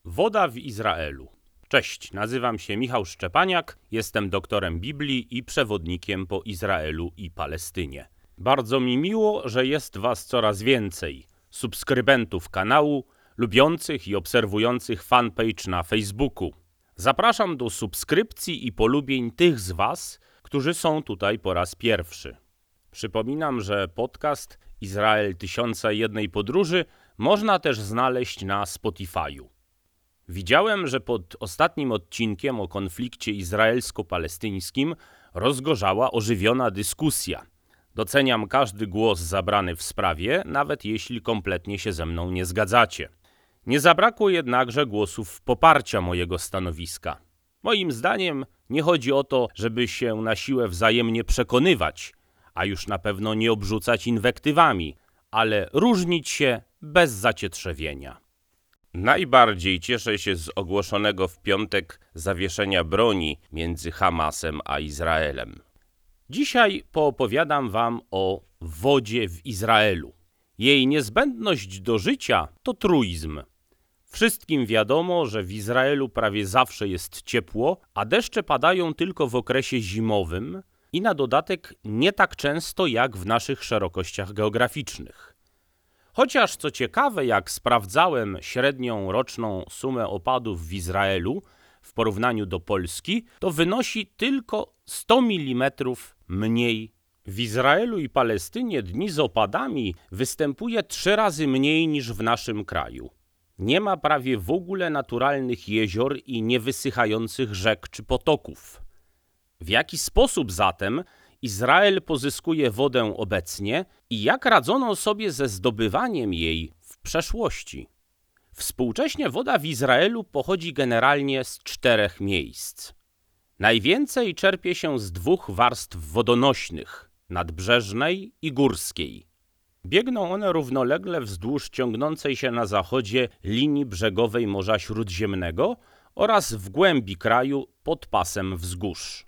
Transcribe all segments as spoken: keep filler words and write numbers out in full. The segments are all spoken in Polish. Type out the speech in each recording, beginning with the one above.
Woda w Izraelu. Cześć, nazywam się Michał Szczepaniak, jestem doktorem Biblii i przewodnikiem po Izraelu i Palestynie. Bardzo mi miło, że jest Was coraz więcej, subskrybentów kanału, lubiących i obserwujących fanpage na Facebooku. Zapraszam do subskrypcji i polubień tych z Was, którzy są tutaj po raz pierwszy. Przypominam, że podcast Izrael Tysiąca i Jednej Podróży można też znaleźć na Spotify'u. Widziałem, że pod ostatnim odcinkiem o konflikcie izraelsko-palestyńskim rozgorzała ożywiona dyskusja. Doceniam każdy głos zabrany w sprawie, nawet jeśli kompletnie się ze mną nie zgadzacie. Nie zabrakło jednakże głosów poparcia mojego stanowiska. Moim zdaniem nie chodzi o to, żeby się na siłę wzajemnie przekonywać, a już na pewno nie obrzucać inwektywami, ale różnić się bez zacietrzewienia. Najbardziej cieszę się z ogłoszonego w piątek zawieszenia broni między Hamasem a Izraelem. Dzisiaj poopowiadam wam o wodzie w Izraelu. Jej niezbędność do życia to truizm. Wszystkim wiadomo, że w Izraelu prawie zawsze jest ciepło, a deszcze padają tylko w okresie zimowym i na dodatek nie tak często jak w naszych szerokościach geograficznych. Chociaż co ciekawe, jak sprawdzałem średnią roczną sumę opadów w Izraelu w porównaniu do Polski, to wynosi tylko sto milimetrów mniej. W Izraelu i Palestynie dni z opadami występuje trzy razy mniej niż w naszym kraju. Nie ma prawie w ogóle naturalnych jezior i niewysychających rzek czy potoków. W jaki sposób zatem Izrael pozyskuje wodę obecnie i jak radzono sobie ze zdobywaniem jej w przeszłości? Współcześnie woda w Izraelu pochodzi generalnie z czterech miejsc. Najwięcej czerpie się z dwóch warstw wodonośnych, nadbrzeżnej i górskiej. Biegną one równolegle wzdłuż ciągnącej się na zachodzie linii brzegowej Morza Śródziemnego oraz w głębi kraju pod pasem wzgórz.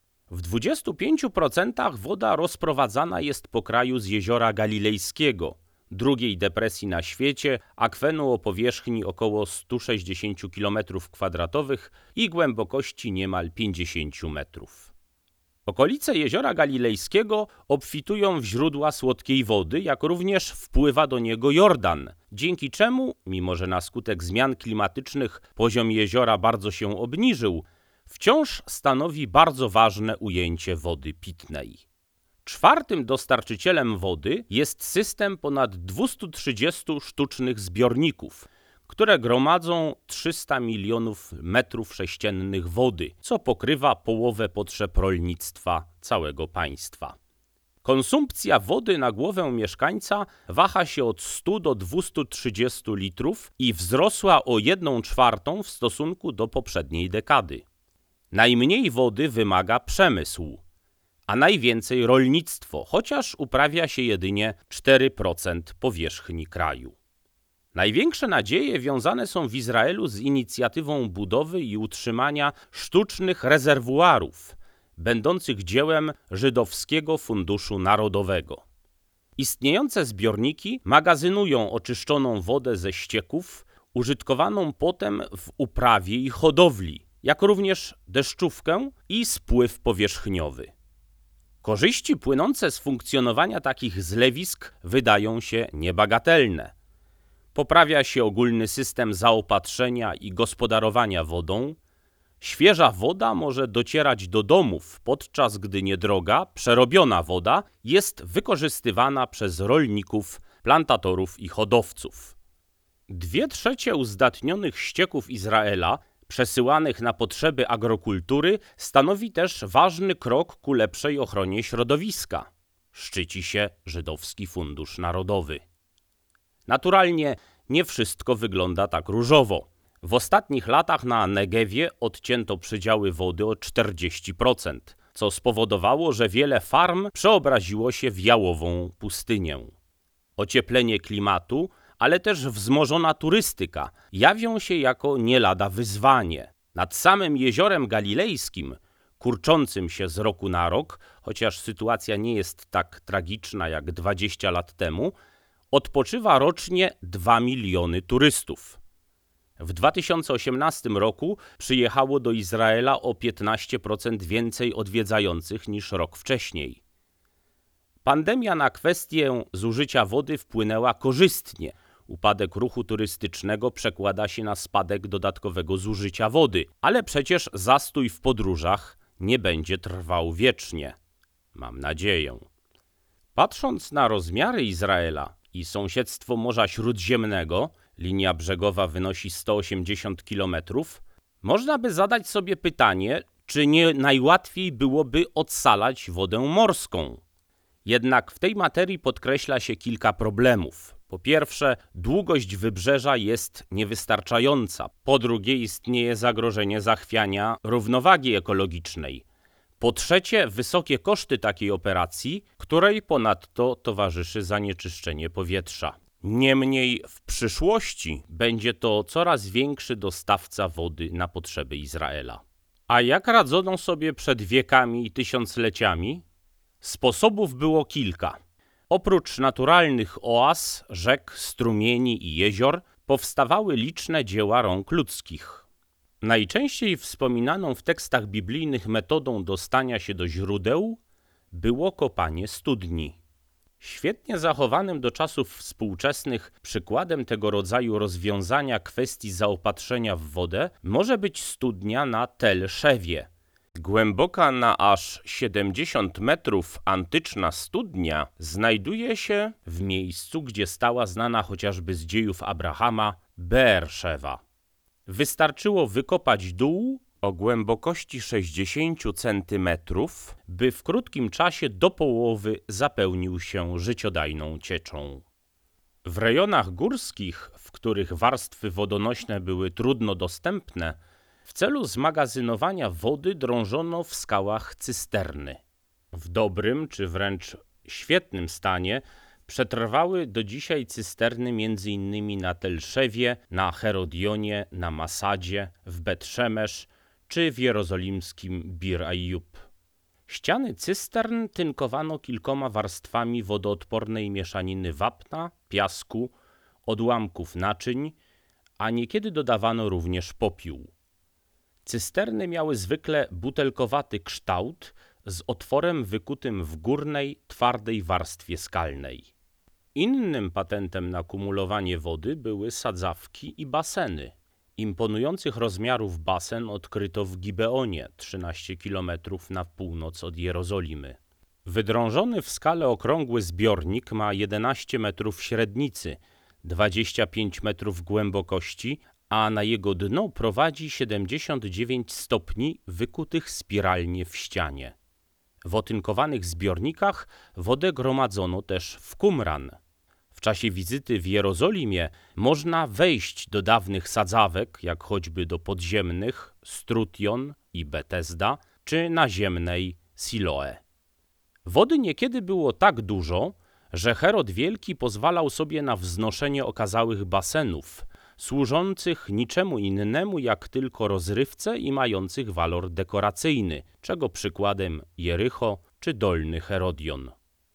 W dwudziestu pięciu procentach woda rozprowadzana jest po kraju z Jeziora Galilejskiego, drugiej depresji na świecie, akwenu o powierzchni około stu sześćdziesięciu kilometrów kwadratowych i głębokości niemal pięćdziesięciu metrów. Okolice Jeziora Galilejskiego obfitują w źródła słodkiej wody, jak również wpływa do niego Jordan, dzięki czemu, mimo że na skutek zmian klimatycznych poziom jeziora bardzo się obniżył, wciąż stanowi bardzo ważne ujęcie wody pitnej. Czwartym dostarczycielem wody jest system ponad dwustu trzydziestu sztucznych zbiorników, które gromadzą trzysta milionów metrów sześciennych wody, co pokrywa połowę potrzeb rolnictwa całego państwa. Konsumpcja wody na głowę mieszkańca waha się od stu do dwustu trzydziestu litrów i wzrosła o jedną czwartą w stosunku do poprzedniej dekady. Najmniej wody wymaga przemysł, a najwięcej rolnictwo, chociaż uprawia się jedynie cztery procent powierzchni kraju. Największe nadzieje wiązane są w Izraelu z inicjatywą budowy i utrzymania sztucznych rezerwuarów, będących dziełem Żydowskiego Funduszu Narodowego. Istniejące zbiorniki magazynują oczyszczoną wodę ze ścieków, użytkowaną potem w uprawie i hodowli, jak również deszczówkę i spływ powierzchniowy. Korzyści płynące z funkcjonowania takich zlewisk wydają się niebagatelne. Poprawia się ogólny system zaopatrzenia i gospodarowania wodą. Świeża woda może docierać do domów, podczas gdy niedroga, przerobiona woda jest wykorzystywana przez rolników, plantatorów i hodowców. Dwie trzecie uzdatnionych ścieków Izraela przesyłanych na potrzeby agrokultury stanowi też ważny krok ku lepszej ochronie środowiska. Szczyci się Żydowski Fundusz Narodowy. Naturalnie nie wszystko wygląda tak różowo. W ostatnich latach na Negewie odcięto przydziały wody o czterdzieści procent, co spowodowało, że wiele farm przeobraziło się w jałową pustynię. Ocieplenie klimatu, ale też wzmożona turystyka jawią się jako nie lada wyzwanie. Nad samym Jeziorem Galilejskim, kurczącym się z roku na rok, chociaż sytuacja nie jest tak tragiczna jak dwadzieścia lat temu, odpoczywa rocznie dwa miliony turystów. W dwa tysiące osiemnastym roku przyjechało do Izraela o piętnaście procent więcej odwiedzających niż rok wcześniej. Pandemia na kwestię zużycia wody wpłynęła korzystnie. Upadek ruchu turystycznego przekłada się na spadek dodatkowego zużycia wody, ale przecież zastój w podróżach nie będzie trwał wiecznie. Mam nadzieję. Patrząc na rozmiary Izraela i sąsiedztwo Morza Śródziemnego, linia brzegowa wynosi sto osiemdziesiąt kilometrów, można by zadać sobie pytanie, czy nie najłatwiej byłoby odsalać wodę morską. Jednak w tej materii podkreśla się kilka problemów. Po pierwsze, długość wybrzeża jest niewystarczająca. Po drugie, istnieje zagrożenie zachwiania równowagi ekologicznej. Po trzecie, wysokie koszty takiej operacji, której ponadto towarzyszy zanieczyszczenie powietrza. Niemniej w przyszłości będzie to coraz większy dostawca wody na potrzeby Izraela. A jak radzono sobie przed wiekami i tysiącleciami? Sposobów było kilka. Oprócz naturalnych oaz, rzek, strumieni i jezior, powstawały liczne dzieła rąk ludzkich. Najczęściej wspominaną w tekstach biblijnych metodą dostania się do źródeł było kopanie studni. Świetnie zachowanym do czasów współczesnych przykładem tego rodzaju rozwiązania kwestii zaopatrzenia w wodę może być studnia na Tel Szewie. Głęboka na aż siedemdziesiąt metrów antyczna studnia znajduje się w miejscu, gdzie stała znana chociażby z dziejów Abrahama Beer-Szewa. Wystarczyło wykopać dół o głębokości sześćdziesiąt centymetrów, by w krótkim czasie do połowy zapełnił się życiodajną cieczą. W rejonach górskich, w których warstwy wodonośne były trudno dostępne, w celu zmagazynowania wody drążono w skałach cysterny. W dobrym czy wręcz świetnym stanie przetrwały do dzisiaj cysterny między innymi na Tel Szewie, na Herodionie, na Masadzie, w Bet-Szemesz czy w jerozolimskim Bir Ajub. Ściany cystern tynkowano kilkoma warstwami wodoodpornej mieszaniny wapna, piasku, odłamków naczyń, a niekiedy dodawano również popiół. Cysterny miały zwykle butelkowaty kształt z otworem wykutym w górnej, twardej warstwie skalnej. Innym patentem na kumulowanie wody były sadzawki i baseny. Imponujących rozmiarów basen odkryto w Gibeonie, trzynaście kilometrów na północ od Jerozolimy. Wydrążony w skale okrągły zbiornik ma jedenaście metrów średnicy, dwadzieścia pięć metrów głębokości, a na jego dno prowadzi siedemdziesiąt dziewięć stopni wykutych spiralnie w ścianie. W otynkowanych zbiornikach wodę gromadzono też w Qumran. W czasie wizyty w Jerozolimie można wejść do dawnych sadzawek, jak choćby do podziemnych Strution i Betesda, czy naziemnej Siloe. Wody niekiedy było tak dużo, że Herod Wielki pozwalał sobie na wznoszenie okazałych basenów, służących niczemu innemu jak tylko rozrywce i mających walor dekoracyjny, czego przykładem Jericho czy Dolny Herodion.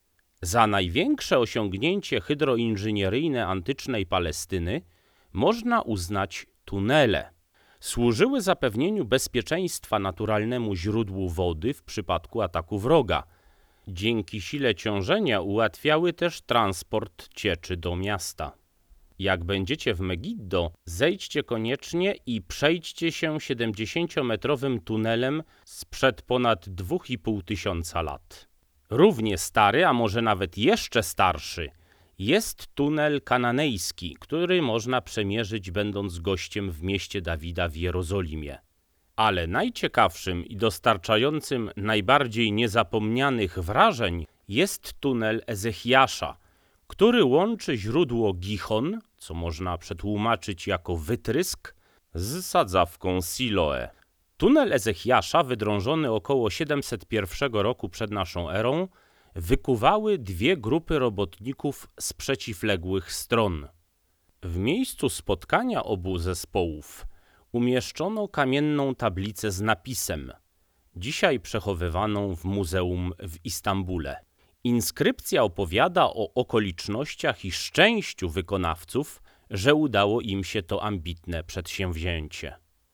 Za największe osiągnięcie hydroinżynieryjne antycznej Palestyny można uznać tunele. Służyły zapewnieniu bezpieczeństwa naturalnemu źródłu wody w przypadku ataku wroga. Dzięki sile ciążenia ułatwiały też transport cieczy do miasta. Jak będziecie w Megiddo, zejdźcie koniecznie i przejdźcie się siedemdziesięciometrowym tunelem sprzed ponad dwóch i pół tysiąca lat. Równie stary, a może nawet jeszcze starszy, jest tunel kananejski, który można przemierzyć będąc gościem w mieście Dawida w Jerozolimie. Ale najciekawszym i dostarczającym najbardziej niezapomnianych wrażeń jest tunel Ezechiasza, który łączy źródło Gichon, co można przetłumaczyć jako wytrysk, z sadzawką Siloe. Tunel Ezechiasza, wydrążony około siedemset pierwszego roku przed naszą erą, wykuwały dwie grupy robotników z przeciwległych stron. W miejscu spotkania obu zespołów umieszczono kamienną tablicę z napisem, dzisiaj przechowywaną w muzeum w Istambule. Inskrypcja opowiada o okolicznościach i szczęściu wykonawców że udało im się to ambitne przedsięwzięcie.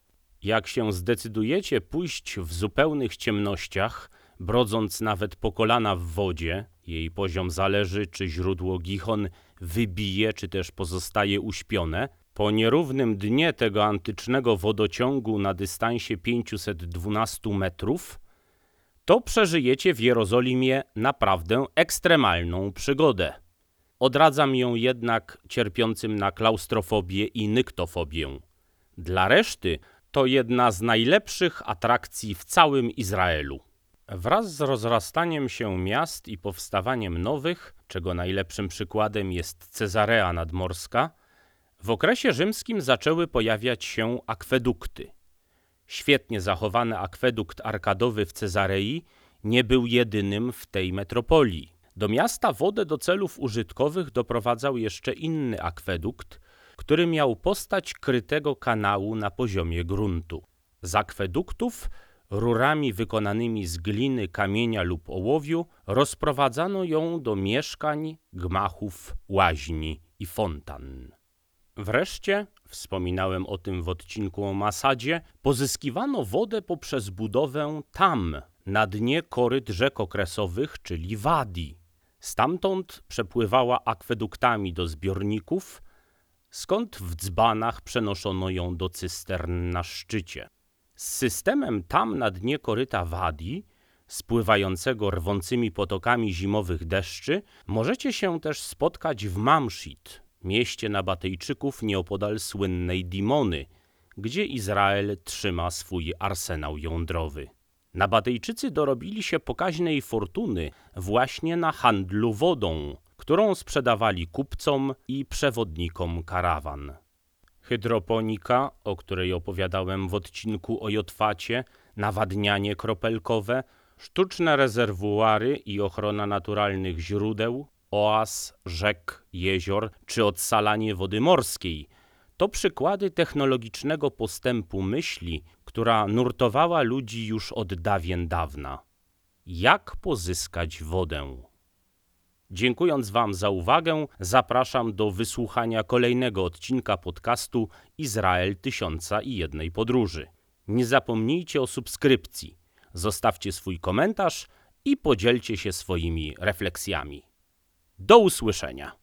Jak się zdecydujecie pójść w zupełnych ciemnościach, brodząc nawet po kolana w wodzie, jej poziom zależy, czy źródło Gichon wybije, czy też pozostaje uśpione, po nierównym dnie tego antycznego wodociągu na dystansie pięćset dwanaście metrów, to przeżyjecie w Jerozolimie naprawdę ekstremalną przygodę. Odradzam ją jednak cierpiącym na klaustrofobię i nyktofobię. Dla reszty to jedna z najlepszych atrakcji w całym Izraelu. Wraz z rozrastaniem się miast i powstawaniem nowych, czego najlepszym przykładem jest Cezarea Nadmorska, w okresie rzymskim zaczęły pojawiać się akwedukty. Świetnie zachowany akwedukt arkadowy w Cezarei nie był jedynym w tej metropolii. Do miasta wodę do celów użytkowych doprowadzał jeszcze inny akwedukt, który miał postać krytego kanału na poziomie gruntu. Z akweduktów rurami wykonanymi z gliny, kamienia lub ołowiu rozprowadzano ją do mieszkań, gmachów, łaźni i fontan. Wreszcie, wspominałem o tym w odcinku o Masadzie, pozyskiwano wodę poprzez budowę tam, na dnie koryt rzek okresowych, czyli wadi. Stamtąd przepływała akweduktami do zbiorników, skąd w dzbanach przenoszono ją do cystern na szczycie. Z systemem tam na dnie koryta wadi, spływającego rwącymi potokami zimowych deszczy, możecie się też spotkać w Mamshit, mieście Nabatejczyków nieopodal słynnej Dimony, gdzie Izrael trzyma swój arsenał jądrowy. Nabatejczycy dorobili się pokaźnej fortuny właśnie na handlu wodą, którą sprzedawali kupcom i przewodnikom karawan. Hydroponika, o której opowiadałem w odcinku o Jotwacie, nawadnianie kropelkowe, sztuczne rezerwuary i ochrona naturalnych źródeł, oaz, rzek, jezior czy odsalanie wody morskiej to przykłady technologicznego postępu myśli, która nurtowała ludzi już od dawien dawna. Jak pozyskać wodę? Dziękując Wam za uwagę, zapraszam do wysłuchania kolejnego odcinka podcastu Izrael Tysiąca i Jednej Podróży. Nie zapomnijcie o subskrypcji, zostawcie swój komentarz i podzielcie się swoimi refleksjami. Do usłyszenia!